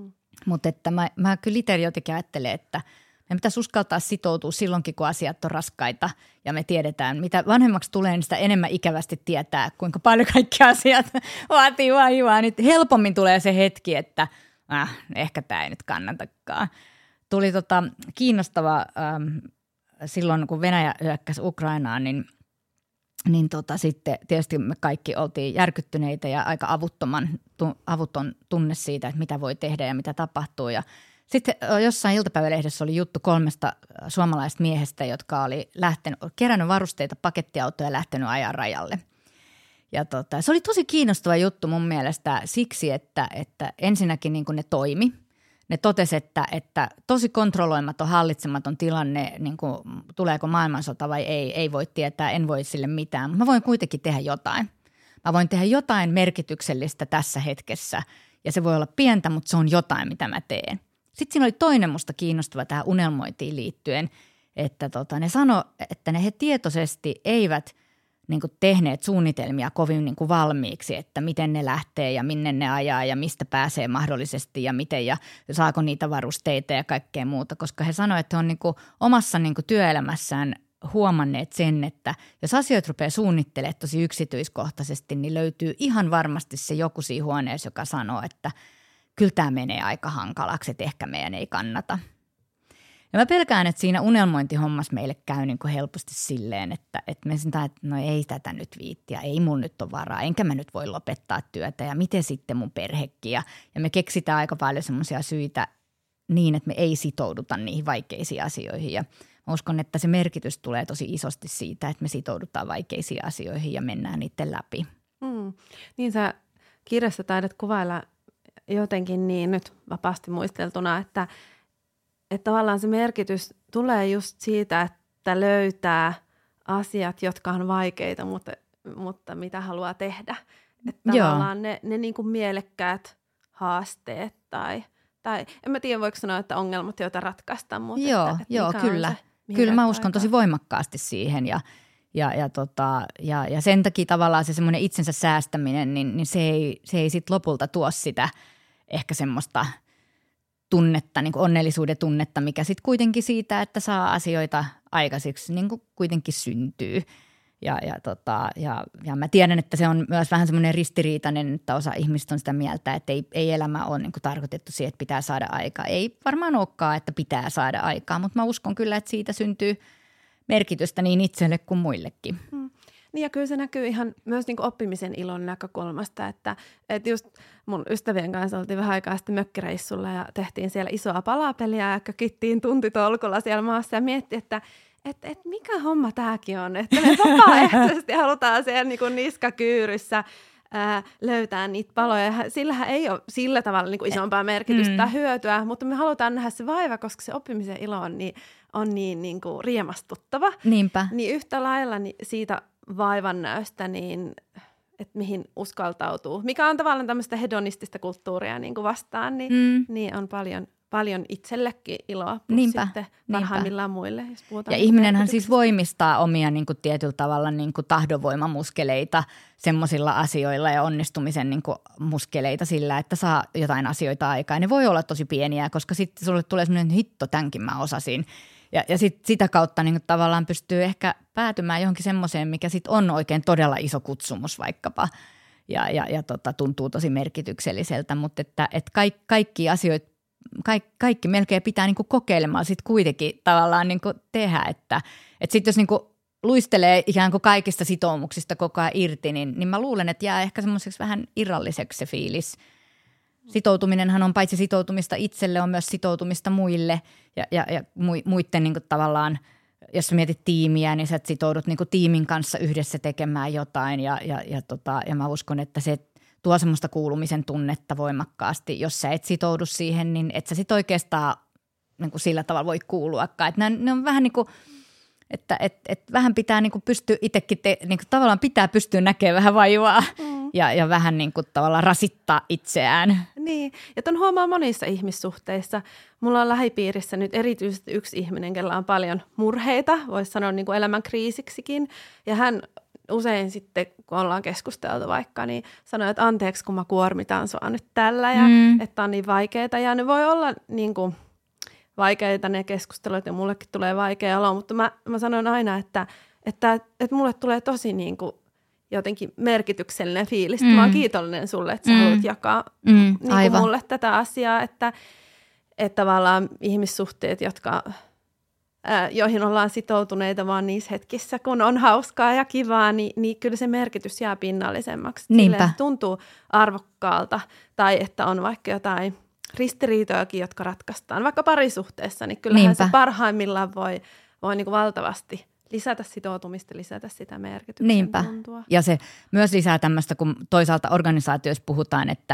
Speaker 1: Mutta että mä kyllä itse jotenkin ajattelen, että meidän pitäisi uskaltaa sitoutua silloinkin, kun asiat on raskaita ja me tiedetään, mitä vanhemmaksi tulee, niin sitä enemmän ikävästi tietää, kuinka paljon kaikki asiat vaatii vaivaa. Nyt helpommin tulee se hetki, että ehkä tämä ei nyt kannatakaan. Tuli kiinnostava silloin, kun Venäjä hyökkäsi Ukrainaan, niin sitten tietysti me kaikki oltiin järkyttyneitä ja aika avuton tunne siitä, että mitä voi tehdä ja mitä tapahtuu. Ja sitten jossain iltapäivälehdessä oli juttu 3 suomalaisesta miehestä, jotka oli kerännyt varusteita pakettiautoja ja lähtenyt ajan rajalle. Ja se oli tosi kiinnostava juttu mun mielestä siksi, että ensinnäkin niin kuin ne toimi. ne totesi, että tosi kontrolloimaton, hallitsematon tilanne, niin kuin, tuleeko maailmansota vai ei voi tietää, en voi sille mitään, mutta mä voin kuitenkin tehdä jotain. Mä voin tehdä jotain merkityksellistä tässä hetkessä ja se voi olla pientä, mutta se on jotain, mitä mä teen. Sitten siinä oli toinen musta kiinnostava tähän unelmointiin liittyen, että ne sanoi, että he tietoisesti eivät niin kuin tehneet suunnitelmia kovin niin kuin valmiiksi, että miten ne lähtee ja minne ne ajaa ja mistä pääsee mahdollisesti ja miten ja saako niitä varusteita ja kaikkea muuta, koska he sanoivat, että he on niin kuin omassa niin kuin työelämässään huomanneet sen, että jos asioita rupeaa suunnittelemaan tosi yksityiskohtaisesti, niin löytyy ihan varmasti se joku siinä huoneessa, joka sanoo, että kyllä tämä menee aika hankalaksi, että ehkä meidän ei kannata. Ja mä pelkään, että siinä unelmointihommassa meille käy niin kuin helposti silleen, että me sanotaan, että no ei tätä nyt viittiä, ei mun nyt ole varaa, enkä mä nyt voi lopettaa työtä ja miten sitten mun perhekin. Ja me keksitään aika paljon semmoisia syitä niin, että me ei sitouduta niihin vaikeisiin asioihin. Ja mä uskon, että se merkitys tulee tosi isosti siitä, että me sitoudutaan vaikeisiin asioihin ja mennään niiden läpi.
Speaker 2: Niin sä kirjassa taidat kuvailla jotenkin niin nyt vapaasti muisteltuna, että tavallaan se merkitys tulee just siitä, että löytää asiat, jotka on vaikeita, mutta mitä haluaa tehdä. Että tavallaan ne niin kuin mielekkäät haasteet tai en mä tiedä voiko sanoa, että ongelmat, joita ratkaistaan. Mutta
Speaker 1: joo, kyllä. Kyllä mä uskon tosi voimakkaasti siihen ja sen takia tavallaan se semmoinen itsensä säästäminen, niin se ei sit lopulta tuo sitä ehkä semmoista tunnetta, niin kuin onnellisuuden tunnetta, mikä sitten kuitenkin siitä, että saa asioita aikaiseksi, niin kuin kuitenkin syntyy. Ja mä tiedän, että se on myös vähän semmoinen ristiriitainen, että osa ihmistä on sitä mieltä, että ei elämä ole niin kuin tarkoitettu siihen, että pitää saada aikaa. Ei varmaan olekaan, että pitää saada aikaa, mutta mä uskon kyllä, että siitä syntyy merkitystä niin itselle kuin muillekin.
Speaker 2: Niin ja kyllä se näkyy ihan myös niin kuin oppimisen ilon näkökulmasta, että just mun ystävien kanssa oltiin vähän aikaa sitten mökkireissulla ja tehtiin siellä isoa palapeliä ja kökittiin tuntitolkulla siellä maassa ja miettii, että mikä homma tämäkin on, että me vapaaehtoisesti halutaan siellä niin kuin niskakyyryssä löytää niitä paloja. Sillähän ei ole sillä tavalla niin kuin isompaa merkitystä hyötyä, mutta me halutaan nähdä se vaiva, koska se oppimisen ilo on niin kuin riemastuttava.
Speaker 1: Niinpä.
Speaker 2: Niin yhtä lailla siitä vaivannäöstä, niin että mihin uskaltautuu, mikä on tavallaan tämmöistä hedonistista kulttuuria niin kuin vastaan, niin on paljon itsellekin iloa, plus sitten parhaimmillaan muille, jos puhutaan.
Speaker 1: Ja ihminenhän siis voimistaa omia niin kuin tietyllä tavalla niin kuin tahdonvoimamuskeleita semmoisilla asioilla ja onnistumisen niin kuin muskeleita sillä, että saa jotain asioita aikaan. Ne voi olla tosi pieniä, koska sitten sulle tulee semmoinen hitto, tämänkin mä osasin. Ja sitä kautta niin tavallaan pystyy ehkä päätymään johonkin semmoiseen, mikä sitten on oikein todella iso kutsumus vaikkapa ja tuntuu tosi merkitykselliseltä, mutta että kaikki asioita, kaikki melkein pitää niin kuin kokeilemaan sitten kuitenkin tavallaan niin kuin tehdä, että sitten jos niin kuin luistelee ikään kuin kaikista sitoumuksista koko ajan irti, niin mä luulen, että jää ehkä semmoiseksi vähän irralliseksi se fiilis. Sitoutuminenhan on paitsi sitoutumista itselle, on myös sitoutumista muille ja muiden niin kuin tavallaan, jos sä mietit tiimiä, niin sä sitoudut niin kuin tiimin kanssa yhdessä tekemään jotain ja mä uskon, että se tuo semmoista kuulumisen tunnetta voimakkaasti. Jos sä et sitoudu siihen, niin et sä sit oikeastaan niin kuin sillä tavalla voi kuuluakaan. Että ne on vähän niin kuin, että vähän pitää niin kuin pystyä itsekin, niin kuin tavallaan pitää pystyä näkemään vähän vaivaa. Ja vähän niin kuin tavallaan rasittaa itseään.
Speaker 2: Niin, ja ton huomaa monissa ihmissuhteissa. Mulla on lähipiirissä nyt erityisesti yksi ihminen, kellä on paljon murheita, voisi sanoa niin kuin elämän kriisiksikin. Ja hän usein sitten, kun ollaan keskusteltu vaikka, niin sanoo, että anteeksi, kun mä kuormitan sua nyt tällä ja että on niin vaikeita. Ja ne voi olla niin kuin vaikeita ne keskustelut ja mullekin tulee vaikea olo, mutta mä sanon aina, että mulle tulee tosi niin kuin jotenkin merkityksellinen fiilis. Mä oon kiitollinen sulle, että sä haluat jakaa niin kuin mulle tätä asiaa, että tavallaan ihmissuhteet, joihin ollaan sitoutuneita vaan niissä hetkissä, kun on hauskaa ja kivaa, niin kyllä se merkitys jää pinnallisemmaksi. Silleen, tuntuu arvokkaalta tai että on vaikka jotain ristiriitojakin, jotka ratkaistaan. Vaikka parisuhteessa, niin kyllähän se parhaimmillaan voi niin kuin valtavasti lisätä sitoutumista, lisätä sitä merkityksen tuntua.
Speaker 1: Ja se myös lisää tämmöistä, kun toisaalta organisaatioissa puhutaan, että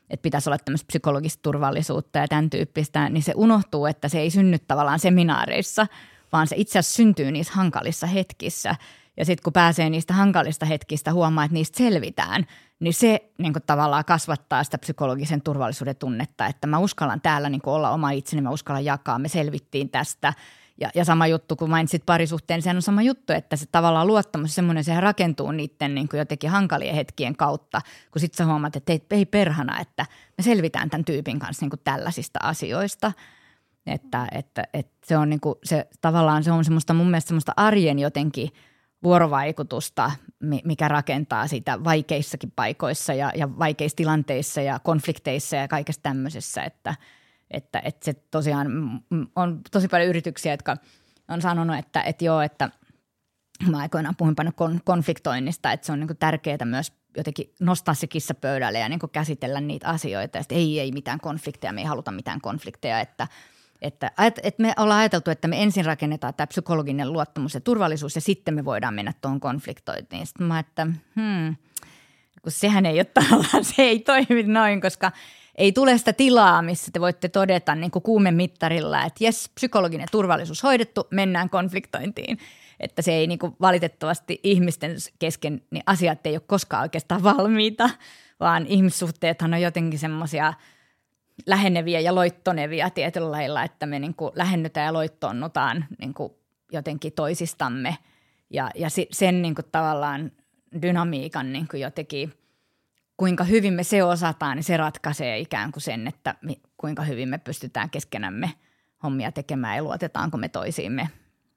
Speaker 1: että pitäisi olla tämmöistä psykologista turvallisuutta ja tämän tyyppistä, niin se unohtuu, että se ei synny tavallaan seminaareissa, vaan se itse asiassa syntyy niissä hankalissa hetkissä. Ja sitten kun pääsee niistä hankalista hetkistä, huomaa, että niistä selvitään, niin se niin kuin tavallaan kasvattaa sitä psykologisen turvallisuuden tunnetta, että mä uskallan täällä niin kuin olla oma itseni, mä uskallan jakaa, me selvittiin tästä. Ja sama juttu, kun mainitsit parisuhteen, niin sehän on sama juttu, että se tavallaan luottamus, semmoinen, sehän rakentuu niiden niin kuin jotenkin hankalien hetkien kautta, kun sitten sä huomaat, että ei perhana, että me selvitään tämän tyypin kanssa niin kuin tällaisista asioista. Että se on niin kuin, se tavallaan se on semmoista mun mielestä semmoista arjen jotenkin vuorovaikutusta, mikä rakentaa sitä vaikeissakin paikoissa ja vaikeissa tilanteissa ja konflikteissa ja kaikessa tämmöisessä, että se tosiaan on tosi paljon yrityksiä, jotka on sanonut, että mä aikoinaan puhuin paljon konfliktoinnista, että se on niin kuin tärkeää myös jotenkin nostaa se kissa pöydälle ja niin kuin käsitellä niitä asioita. Ja sitten ei mitään konflikteja, me ei haluta mitään konflikteja, että me ollaan ajateltu, että me ensin rakennetaan tämä psykologinen luottamus ja turvallisuus ja sitten me voidaan mennä tuohon konfliktointiin. Sitten mä kun sehän ei ole tavallaan, se ei toimi noin, koska ei tule sitä tilaa, missä te voitte todeta niin kuin kuumemittarilla, että jes, psykologinen turvallisuus hoidettu, mennään konfliktointiin. Että se ei niin kuin valitettavasti ihmisten kesken, niin asiat ei ole koskaan oikeastaan valmiita, vaan ihmissuhteethan on jotenkin semmoisia läheneviä ja loittonevia tietyllä lailla, että me niin kuin lähennytään ja loittonnutaan niin kuin jotenkin toisistamme. Ja sen niin kuin tavallaan dynamiikan niin kuin jotenkin, kuinka hyvin me se osataan, niin se ratkaisee ikään kuin sen, että kuinka hyvin me pystytään keskenämme hommia tekemään ja luotetaanko me toisiimme.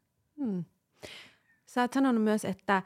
Speaker 2: Sä oot sanonut myös, että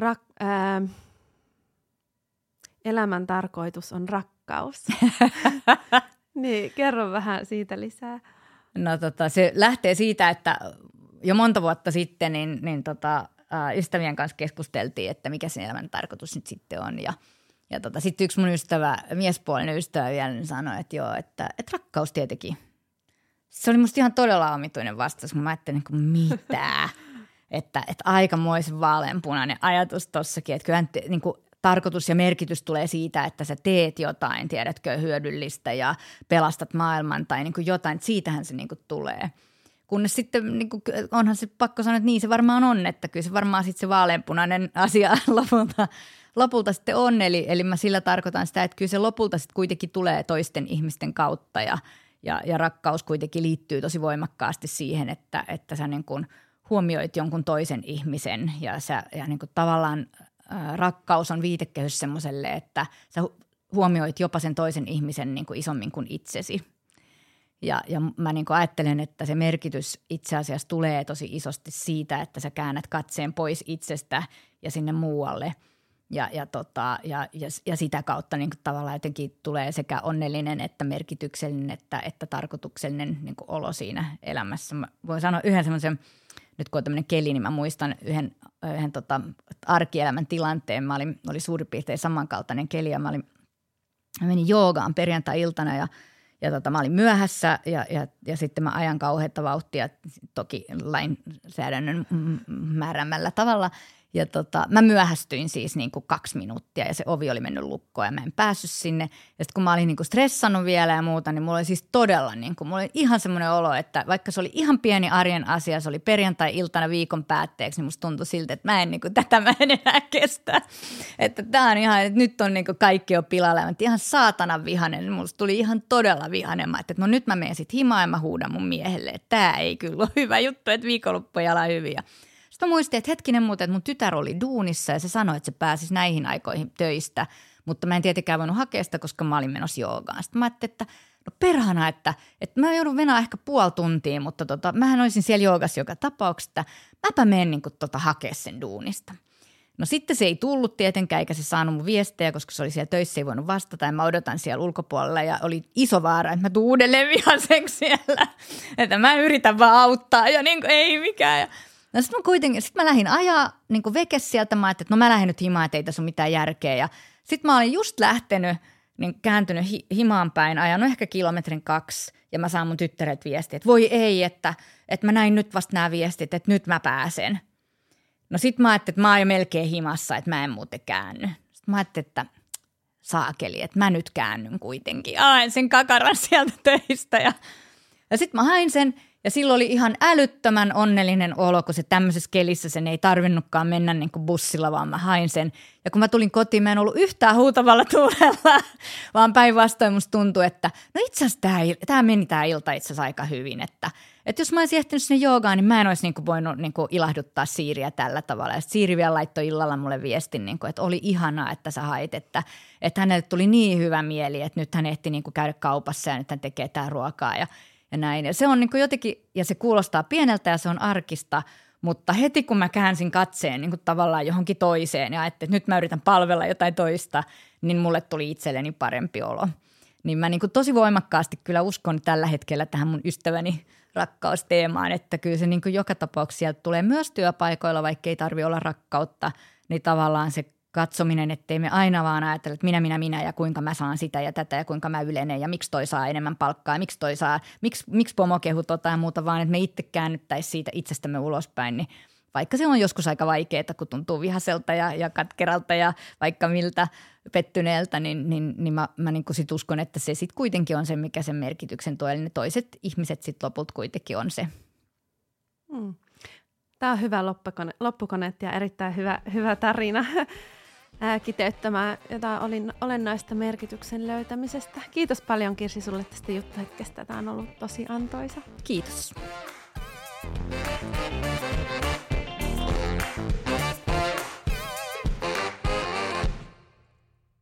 Speaker 2: elämän tarkoitus on rakkaus. Niin, kerro vähän siitä lisää.
Speaker 1: No se lähtee siitä, että jo monta vuotta sitten ystävien kanssa keskusteltiin, että mikä se elämän tarkoitus nyt sitten on. Ja sitten yksi mun miespuolinen ystävä vielä niin sanoi, että joo, että rakkaus tietenkin. Se oli musta ihan todella omituinen vastaus, kun mä ajattelin, mitä? että aikamoisen vaaleanpunainen ajatus tossakin, että kyllä niin kuin tarkoitus ja merkitys tulee siitä, että sä teet jotain, tiedätkö, hyödyllistä ja pelastat maailman tai niin kuin jotain, että siitähän se niin kuin tulee. Kunnes sitten niin kuin, onhan se pakko sanoa, että niin se varmaan on, että kyllä se varmaan sitten se vaaleanpunainen asia lopulta sitten on. Eli mä sillä tarkoitan sitä, että kyllä se lopulta sitten kuitenkin tulee toisten ihmisten kautta ja rakkaus kuitenkin liittyy tosi voimakkaasti siihen, että sä niin kuin huomioit jonkun toisen ihmisen ja niin kuin tavallaan rakkaus on viitekehys semmoiselle, että sä huomioit jopa sen toisen ihmisen niin kuin isommin kuin itsesi. Ja mä niin kuin ajattelen, että se merkitys itse asiassa tulee tosi isosti siitä, että sä käännät katseen pois itsestä ja sinne muualle. Ja sitä kautta niin kuin tavallaan jotenkin tulee sekä onnellinen että merkityksellinen että tarkoituksellinen niin kuin olo siinä elämässä. Mä voin sanoa yhden semmoisen, nyt kun on tämmöinen keli, niin mä muistan yhden arkielämän tilanteen. Oli suurin piirtein samankaltainen keli ja mä menin joogaan perjantai-iltana ja mä olin myöhässä ja sitten mä ajan kauheata vauhtia, toki lainsäädännön määräämällä tavalla. Ja mä myöhästyin siis niin kuin 2 minuuttia ja se ovi oli mennyt lukkoon ja mä en päässyt sinne. Ja sitten kun mä olin niin kuin stressannut vielä ja muuta, niin mulla oli siis todella niin kuin, mulla oli ihan semmoinen olo, että vaikka se oli ihan pieni arjen asia, se oli perjantai-iltana viikon päätteeksi, niin musta tuntui siltä, että tätä mä en enää kestä. Että tää on ihan, että nyt on niin kuin kaikki jo pilalla. Mä ihan saatanan vihainen, musta tuli ihan todella vihainen. Että no nyt mä menen sit himaan ja mä huudan mun miehelle, että tää ei kyllä ole hyvä juttu, että viikonloppu ei ala hyviä. Sitten mä muistin, että hetkinen muuten, että mun tytär oli duunissa ja se sanoi, että se pääsisi näihin aikoihin töistä, mutta mä en tietenkään voinut hakea sitä, koska mä olin menossa joogaan. Sitten mä ajattelin, että no perhana, että mä joudun venää ehkä 0,5 tuntia, mutta mähän olisin siellä joogassa joka tapauksessa, mäpä menen niin hakea sen duunista. No sitten se ei tullut tietenkään, eikä se saanut mun viestejä, koska se oli siellä töissä, ei voinut vastata ja mä odotan siellä ulkopuolella ja oli iso vaara, että mä tuun uudelleen vihaiseksi siellä, että mä yritän vaan auttaa ja niin kuin ei mikään. No sitten mä lähdin ajaa niin kuin vekes sieltä, mä ajattelin, että no mä lähdin nyt himaan, että ei tässä ole mitään järkeä. Ja sitten mä olin just lähtenyt, niin kääntynyt himaan päin, ajanut ehkä 1-2 kilometriä ja mä saan mun tyttäret viestiä, että voi ei, että mä näin nyt vasta nämä viestit, että nyt mä pääsen. No sitten mä ajattelin, että mä oon jo melkein himassa, että mä en muuten käänny. Sitten mä ajattelin, että saakeli, että mä nyt käännyn kuitenkin. Haen sen kakaran sieltä töistä ja sitten mä hain sen ja silloin oli ihan älyttömän onnellinen olo, kun se tämmöisessä kelissä sen ei tarvinnutkaan mennä niin kuin bussilla, vaan mä hain sen. Ja kun mä tulin kotiin, mä en ollut yhtään huutavalla tuulella, vaan päinvastoin musta tuntui, että no itse asiassa tämä meni tämä ilta itse asiassa aika hyvin. Että jos mä olisin ehtinyt sinne joogaan, niin mä en olisi niin kuin voinut niin kuin ilahduttaa Siiriä tällä tavalla. Ja Siiri vielä laittoi illalla mulle viestin, niin kuin, että oli ihanaa, että sä hait, että hänelle tuli niin hyvä mieli, että nyt hän ehti niin kuin käydä kaupassa ja nyt hän tekee tää ruokaa ja näin. Ja se on niin kuin jotenkin, ja se kuulostaa pieneltä ja se on arkista, mutta heti kun mä käänsin katseen niin kuin tavallaan johonkin toiseen ja että nyt mä yritän palvella jotain toista, niin mulle tuli itselleni parempi olo. Niin mä niin kuin tosi voimakkaasti kyllä uskon tällä hetkellä tähän mun ystäväni rakkausteemaan, että kyllä se niin kuin joka tapauksessa sieltä tulee myös työpaikoilla, vaikka ei tarvitse olla rakkautta, niin tavallaan se katsominen, ettei me aina vaan ajatella, että minä ja kuinka mä saan sitä ja tätä ja kuinka mä ylenen ja miksi toi saa enemmän palkkaa ja miksi pomo kehu ja muuta, vaan että me itse käännyttäisiin siitä itsestämme ulospäin, niin vaikka se on joskus aika vaikeaa, kun tuntuu vihaselta ja katkeralta ja vaikka miltä pettyneeltä, niin mä niin kuin sit uskon, että se sitten kuitenkin on se, mikä sen merkityksen tuo, eli ne toiset ihmiset sitten lopulta kuitenkin on se.
Speaker 2: Tämä on hyvä loppukoneetti ja erittäin hyvä tarina kiteyttämään jotain olennaista merkityksen löytämisestä. Kiitos paljon Kirsi sulle tästä juttuhetkestä. Tämä on ollut tosi antoisa.
Speaker 1: Kiitos.